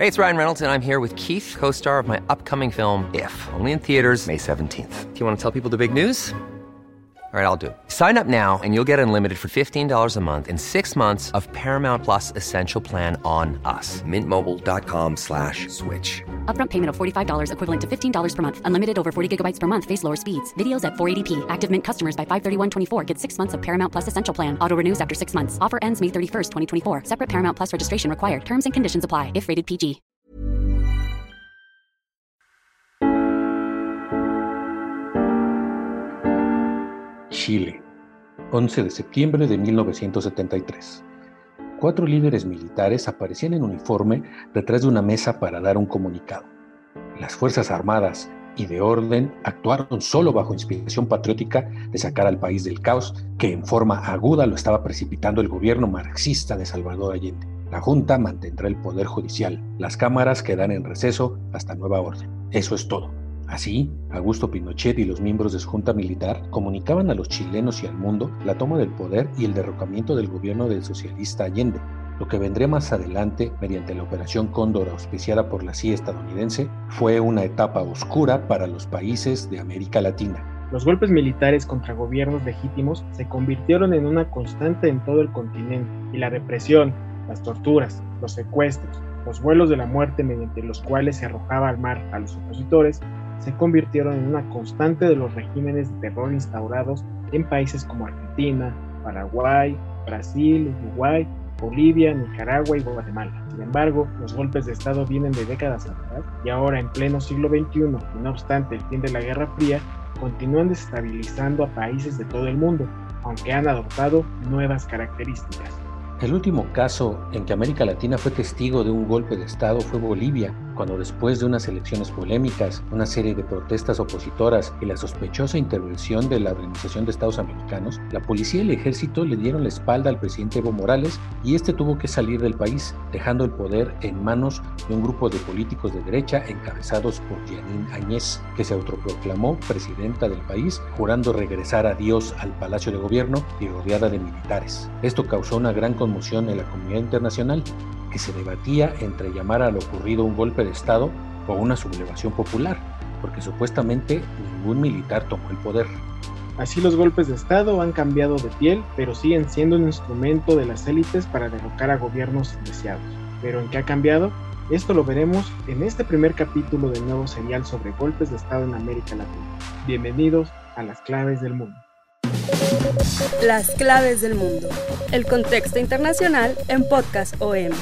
Hey, it's Ryan Reynolds, and I'm here with Keith, co-star of my upcoming film, If, only in theaters May 17th. Do you want to tell people the big news? All right, I'll do it. Sign up now and you'll get unlimited for $15 a month and 6 months of Paramount Plus Essential Plan on us. MintMobile.com/switch. Upfront payment of $45 equivalent to $15 per month. Unlimited over 40 gigabytes per month. Face lower speeds. Videos at 480p. Active Mint customers by 531.24 get 6 months of Paramount Plus Essential Plan. Auto renews after 6 months. Offer ends May 31st, 2024. Separate Paramount Plus registration required. Terms and conditions apply if rated PG. Chile, 11 de septiembre de 1973. 4 líderes militares aparecían en uniforme detrás de una mesa para dar un comunicado. Las Fuerzas Armadas y de Orden actuaron solo bajo inspiración patriótica de sacar al país del caos que en forma aguda lo estaba precipitando el gobierno marxista de Salvador Allende. La Junta mantendrá el poder judicial. Las cámaras quedan en receso hasta nueva orden. Eso es todo. Así, Augusto Pinochet y los miembros de su junta militar comunicaban a los chilenos y al mundo la toma del poder y el derrocamiento del gobierno del socialista Allende. Lo que vendría más adelante, mediante la Operación Cóndor auspiciada por la CIA estadounidense, fue una etapa oscura para los países de América Latina. Los golpes militares contra gobiernos legítimos se convirtieron en una constante en todo el continente, y la represión, las torturas, los secuestros, los vuelos de la muerte mediante los cuales se arrojaba al mar a los opositores, se convirtieron en una constante de los regímenes de terror instaurados en países como Argentina, Paraguay, Brasil, Uruguay, Bolivia, Nicaragua y Guatemala. Sin embargo, los golpes de Estado vienen de décadas atrás y ahora en pleno siglo XXI, y no obstante el fin de la Guerra Fría, continúan desestabilizando a países de todo el mundo, aunque han adoptado nuevas características. El último caso en que América Latina fue testigo de un golpe de Estado fue Bolivia, cuando después de unas elecciones polémicas, una serie de protestas opositoras y la sospechosa intervención de la Organización de Estados Americanos, la policía y el ejército le dieron la espalda al presidente Evo Morales y este tuvo que salir del país, dejando el poder en manos de un grupo de políticos de derecha encabezados por Jeanine Áñez, que se autoproclamó presidenta del país, jurando regresar a Dios al Palacio de Gobierno y rodeada de militares. Esto causó una gran conmoción en la comunidad internacional, que se debatía entre llamar a lo ocurrido un golpe de Estado o una sublevación popular, porque supuestamente ningún militar tomó el poder. Así los golpes de Estado han cambiado de piel, pero siguen siendo un instrumento de las élites para derrocar a gobiernos indeseados. ¿Pero en qué ha cambiado? Esto lo veremos en este primer capítulo del nuevo serial sobre golpes de Estado en América Latina. Bienvenidos a Las Claves del Mundo. Las claves del mundo. El contexto internacional en Podcast OM.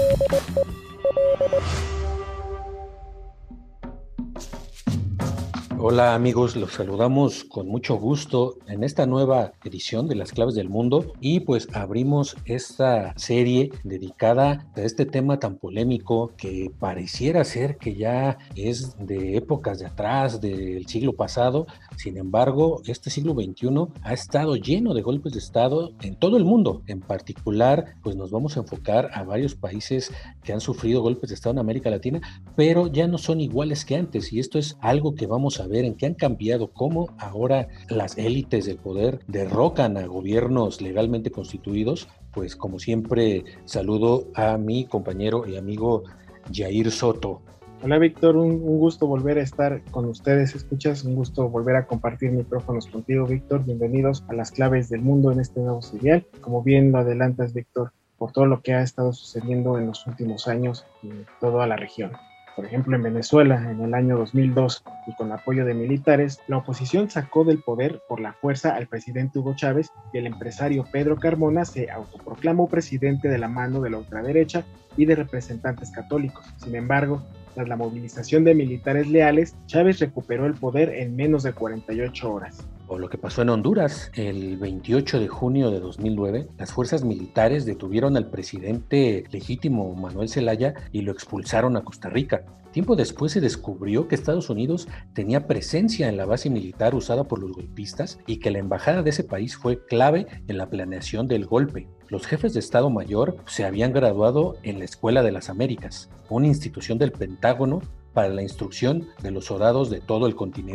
Hola amigos, los saludamos con mucho gusto en esta nueva edición de Las Claves del Mundo y pues abrimos esta serie dedicada a este tema tan polémico que pareciera ser que ya es de épocas de atrás, del siglo pasado. Sin embargo, este siglo XXI ha estado lleno de golpes de Estado en todo el mundo. En particular, pues nos vamos a enfocar a varios países que han sufrido golpes de Estado en América Latina, pero ya no son iguales que antes y esto es algo que vamos a ver en qué han cambiado, cómo ahora las élites del poder derrocan a gobiernos legalmente constituidos. Pues como siempre saludo a mi compañero y amigo Jair Soto. Hola Víctor, un gusto volver a estar con ustedes, escuchas, un gusto volver a compartir micrófonos contigo Víctor. Bienvenidos a Las Claves del Mundo en este nuevo serial. Como bien lo adelantas Víctor, por todo lo que ha estado sucediendo en los últimos años en toda la región. Por ejemplo, en Venezuela, en el año 2002, y con apoyo de militares, la oposición sacó del poder por la fuerza al presidente Hugo Chávez y el empresario Pedro Carmona se autoproclamó presidente de la mano de la ultraderecha y de representantes católicos. Sin embargo, tras la movilización de militares leales, Chávez recuperó el poder en menos de 48 horas. O lo que pasó en Honduras, el 28 de junio de 2009, las fuerzas militares detuvieron al presidente legítimo Manuel Zelaya y lo expulsaron a Costa Rica. Tiempo después se descubrió que Estados Unidos tenía presencia en la base militar usada por los golpistas y que la embajada de ese país fue clave en la planeación del golpe. Los jefes de Estado Mayor se habían graduado en la Escuela de las Américas, una institución del Pentágono para la instrucción de los soldados de todo el continente.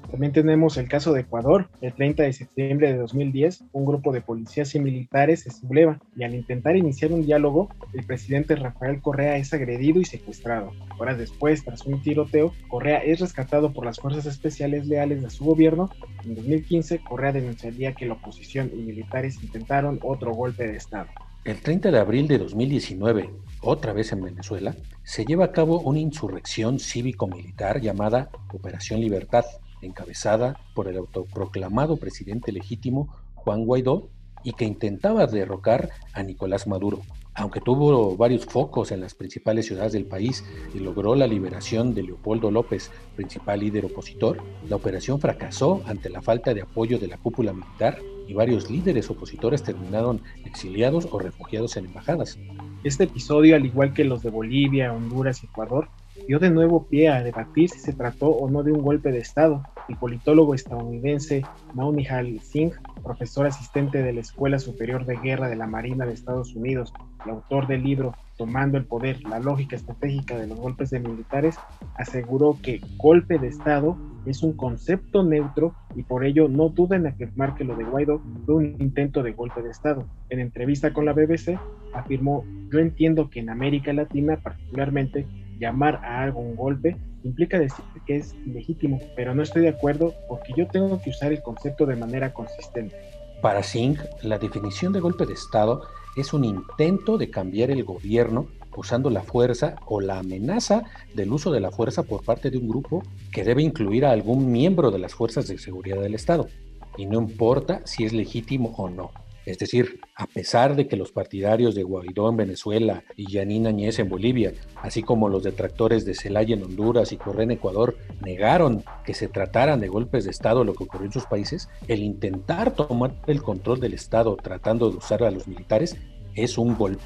También tenemos el caso de Ecuador. El 30 de septiembre de 2010, un grupo de policías y militares se subleva y al intentar iniciar un diálogo, el presidente Rafael Correa es agredido y secuestrado. Horas después, tras un tiroteo, Correa es rescatado por las fuerzas especiales leales de su gobierno. En 2015, Correa denunciaría que la oposición y militares intentaron otro golpe de Estado. El 30 de abril de 2019, otra vez en Venezuela, se lleva a cabo una insurrección cívico-militar llamada Operación Libertad, encabezada por el autoproclamado presidente legítimo Juan Guaidó y que intentaba derrocar a Nicolás Maduro. Aunque tuvo varios focos en las principales ciudades del país y logró la liberación de Leopoldo López, principal líder opositor, la operación fracasó ante la falta de apoyo de la cúpula militar y varios líderes opositores terminaron exiliados o refugiados en embajadas. Este episodio, al igual que los de Bolivia, Honduras y Ecuador, dio de nuevo pie a debatir si se trató o no de un golpe de Estado. El politólogo estadounidense Maunihal Singh, profesor asistente de la Escuela Superior de Guerra de la Marina de Estados Unidos y autor del libro Tomando el Poder, la lógica estratégica de los golpes de militares, aseguró que golpe de Estado es un concepto neutro y por ello no duda en afirmar que lo de Guaidó fue un intento de golpe de Estado. En entrevista con la BBC, afirmó: "Yo entiendo que en América Latina, particularmente, llamar a algo un golpe implica decir que es ilegítimo, pero no estoy de acuerdo porque yo tengo que usar el concepto de manera consistente". Para Singh, la definición de golpe de Estado es un intento de cambiar el gobierno usando la fuerza o la amenaza del uso de la fuerza por parte de un grupo que debe incluir a algún miembro de las fuerzas de seguridad del Estado, y no importa si es legítimo o no. Es decir, a pesar de que los partidarios de Guaidó en Venezuela y Yanine Áñez en Bolivia, así como los detractores de Zelaya en Honduras y Correa en Ecuador, negaron que se trataran de golpes de Estado lo que ocurrió en sus países, el intentar tomar el control del Estado tratando de usar a los militares es un golpe.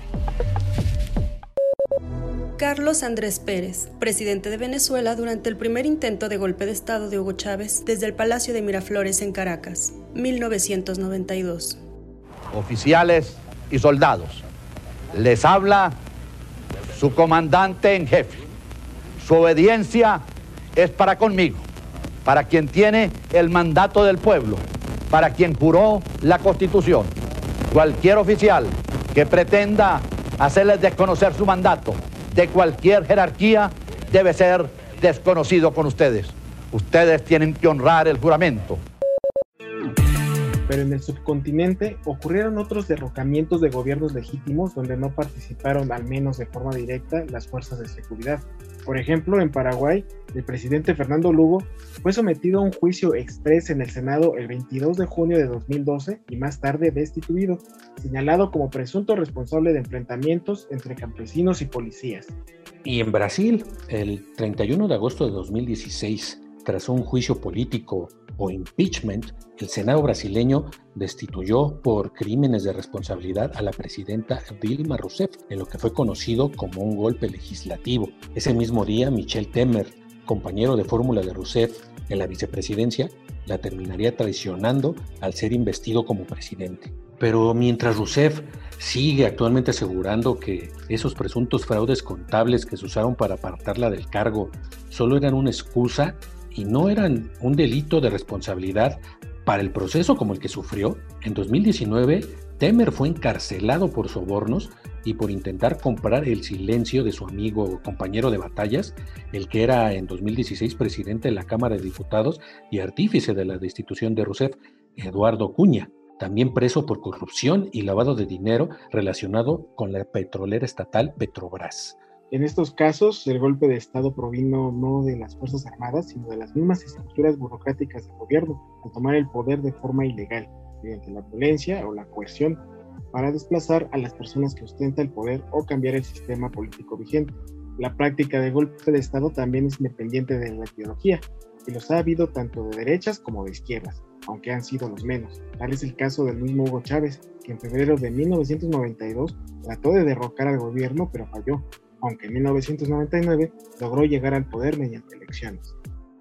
Carlos Andrés Pérez, presidente de Venezuela durante el primer intento de golpe de Estado de Hugo Chávez desde el Palacio de Miraflores en Caracas, 1992. Oficiales y soldados, les habla su comandante en jefe. Su obediencia es para conmigo, para quien tiene el mandato del pueblo, para quien juró la Constitución. Cualquier oficial que pretenda hacerles desconocer su mandato de cualquier jerarquía debe ser desconocido con ustedes. Ustedes tienen que honrar el juramento. Pero en el subcontinente ocurrieron otros derrocamientos de gobiernos legítimos donde no participaron, al menos de forma directa, las fuerzas de seguridad. Por ejemplo, en Paraguay, el presidente Fernando Lugo fue sometido a un juicio exprés en el Senado el 22 de junio de 2012 y más tarde destituido, señalado como presunto responsable de enfrentamientos entre campesinos y policías. Y en Brasil, el 31 de agosto de 2016, tras un juicio político o impeachment, el Senado brasileño destituyó por crímenes de responsabilidad a la presidenta Dilma Rousseff en lo que fue conocido como un golpe legislativo. Ese mismo día, Michel Temer, compañero de fórmula de Rousseff en la vicepresidencia, la terminaría traicionando al ser investido como presidente. Pero mientras Rousseff sigue actualmente asegurando que esos presuntos fraudes contables que se usaron para apartarla del cargo solo eran una excusa y no eran un delito de responsabilidad para el proceso como el que sufrió, en 2019 Temer fue encarcelado por sobornos y por intentar comprar el silencio de su amigo o compañero de batallas, el que era en 2016 presidente de la Cámara de Diputados y artífice de la destitución de Rousseff, Eduardo Cunha, también preso por corrupción y lavado de dinero relacionado con la petrolera estatal Petrobras. En estos casos, el golpe de Estado provino no de las Fuerzas Armadas, sino de las mismas estructuras burocráticas del gobierno, al tomar el poder de forma ilegal, mediante la violencia o la coerción, para desplazar a las personas que ostentan el poder o cambiar el sistema político vigente. La práctica de golpe de Estado también es independiente de la ideología, y los ha habido tanto de derechas como de izquierdas, aunque han sido los menos. Tal es el caso del mismo Hugo Chávez, que en febrero de 1992 trató de derrocar al gobierno, pero falló, aunque en 1999 logró llegar al poder mediante elecciones.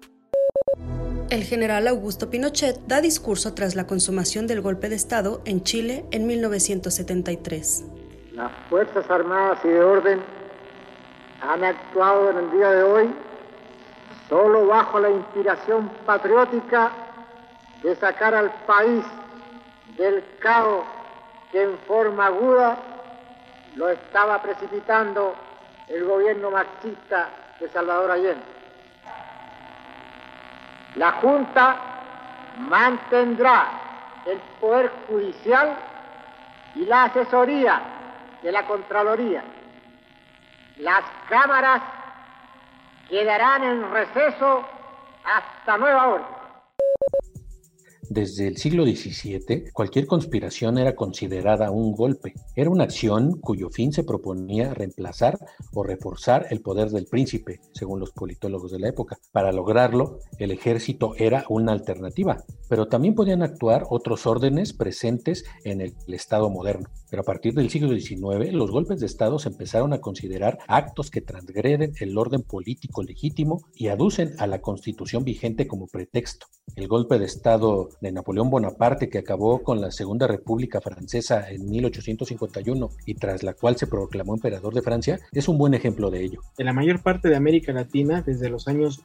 El general Augusto Pinochet da discurso tras la consumación del golpe de Estado en Chile en 1973. Las Fuerzas Armadas y de Orden han actuado en el día de hoy solo bajo la inspiración patriótica de sacar al país del caos que en forma aguda lo estaba precipitando el gobierno marxista de Salvador Allende. La Junta mantendrá el poder judicial y la asesoría de la Contraloría. Las cámaras quedarán en receso hasta nueva orden. Desde el siglo XVII, cualquier conspiración era considerada un golpe. Era una acción cuyo fin se proponía reemplazar o reforzar el poder del príncipe, según los politólogos de la época. Para lograrlo, el ejército era una alternativa, pero también podían actuar otros órdenes presentes en el Estado moderno. Pero a partir del siglo XIX, los golpes de Estado se empezaron a considerar actos que transgreden el orden político legítimo y aducen a la Constitución vigente como pretexto. El golpe de Estado de Napoleón Bonaparte, que acabó con la Segunda República Francesa en 1851 y tras la cual se proclamó emperador de Francia, es un buen ejemplo de ello. En la mayor parte de América Latina, desde los años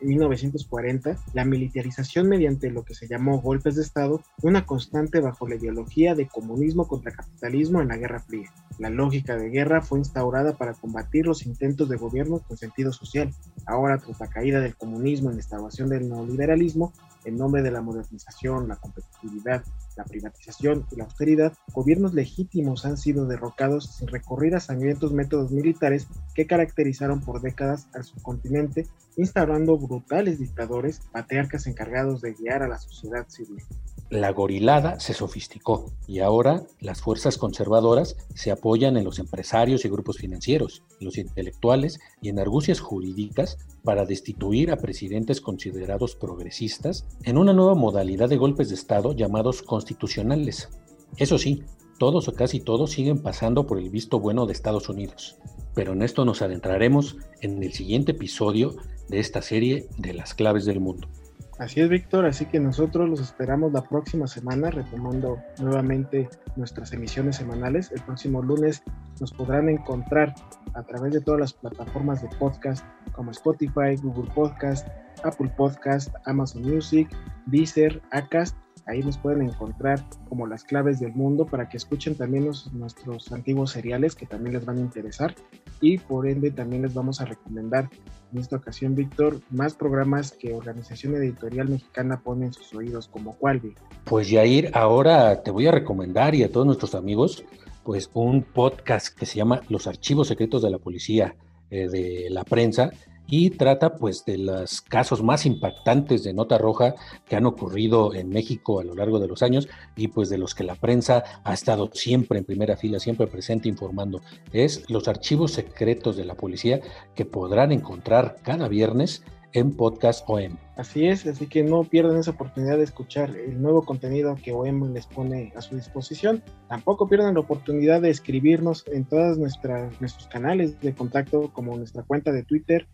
1940, la militarización mediante lo que se llamó golpes de Estado fue una constante bajo la ideología de comunismo contra capitalismo en la Guerra Fría. La lógica de guerra fue instaurada para combatir los intentos de gobierno con sentido social. Ahora, tras la caída del comunismo y la instauración del neoliberalismo, en nombre de la modernización, la competitividad, la privatización y la austeridad, gobiernos legítimos han sido derrocados sin recurrir a sangrientos métodos militares que caracterizaron por décadas al subcontinente, instaurando brutales dictadores, patriarcas encargados de guiar a la sociedad civil. La gorilada se sofisticó y ahora las fuerzas conservadoras se apoyan en los empresarios y grupos financieros, los intelectuales y en argucias jurídicas para destituir a presidentes considerados progresistas en una nueva modalidad de golpes de Estado llamados constitucionales. Eso sí, todos o casi todos siguen pasando por el visto bueno de Estados Unidos, pero en esto nos adentraremos en el siguiente episodio de esta serie de Las Claves del Mundo. Así es, Víctor, así que nosotros los esperamos la próxima semana, retomando nuevamente nuestras emisiones semanales. El próximo lunes nos podrán encontrar a través de todas las plataformas de podcast como Spotify, Google Podcast, Apple Podcast, Amazon Music, Deezer, Acast. Ahí nos pueden encontrar como Las Claves del Mundo para que escuchen también nuestros antiguos seriales que también les van a interesar, y por ende también les vamos a recomendar en esta ocasión, Víctor, más programas que Organización Editorial Mexicana pone en sus oídos, como cuál, Víctor. Pues Yair, ahora te voy a recomendar, y a todos nuestros amigos, pues un podcast que se llama Los Archivos Secretos de la Policía de la Prensa, y trata pues de los casos más impactantes de nota roja que han ocurrido en México a lo largo de los años, y pues de los que la prensa ha estado siempre en primera fila, siempre presente informando. Es Los Archivos Secretos de la Policía, que podrán encontrar cada viernes en Podcast OEM. Así es, así que no pierdan esa oportunidad de escuchar el nuevo contenido que OEM les pone a su disposición. Tampoco pierdan la oportunidad de escribirnos en todos nuestros canales de contacto, como nuestra cuenta de Twitter,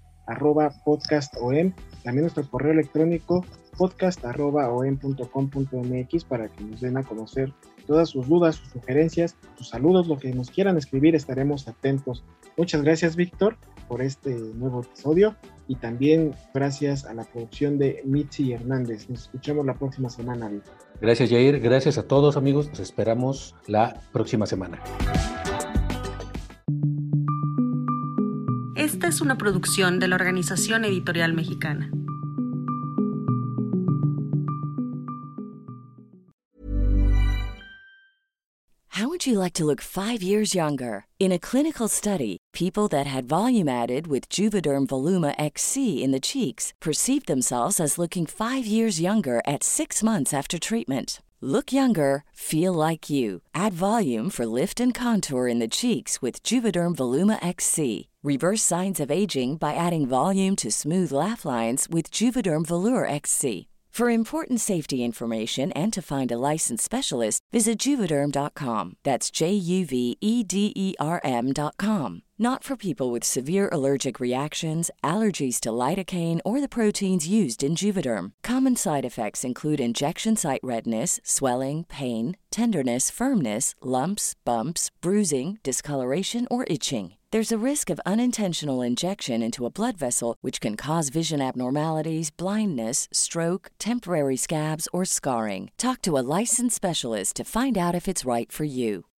@podcastom, también nuestro correo electrónico podcast@om.com.mx, para que nos den a conocer todas sus dudas, sus sugerencias, sus saludos, lo que nos quieran escribir, estaremos atentos. Muchas gracias, Víctor, por este nuevo episodio, y también gracias a la producción de Mitzi Hernández. Nos escuchamos la próxima semana, Víctor. Gracias, Yair, gracias a todos, amigos, nos esperamos la próxima semana. Esta es una producción de la Organización Editorial Mexicana. How would you like to look 5 years younger? In a clinical study, people that had volume added with Juvederm Voluma XC in the cheeks perceived themselves as looking 5 years younger at 6 months after treatment. Look younger, feel like you. Add volume for lift and contour in the cheeks with Juvederm Voluma XC. Reverse signs of aging by adding volume to smooth laugh lines with Juvederm Volure XC. For important safety information and to find a licensed specialist, visit Juvederm.com. That's JUVEDERM.com. Not for people with severe allergic reactions, allergies to lidocaine, or the proteins used in Juvederm. Common side effects include injection site redness, swelling, pain, tenderness, firmness, lumps, bumps, bruising, discoloration, or itching. There's a risk of unintentional injection into a blood vessel, which can cause vision abnormalities, blindness, stroke, temporary scabs, or scarring. Talk to a licensed specialist to find out if it's right for you.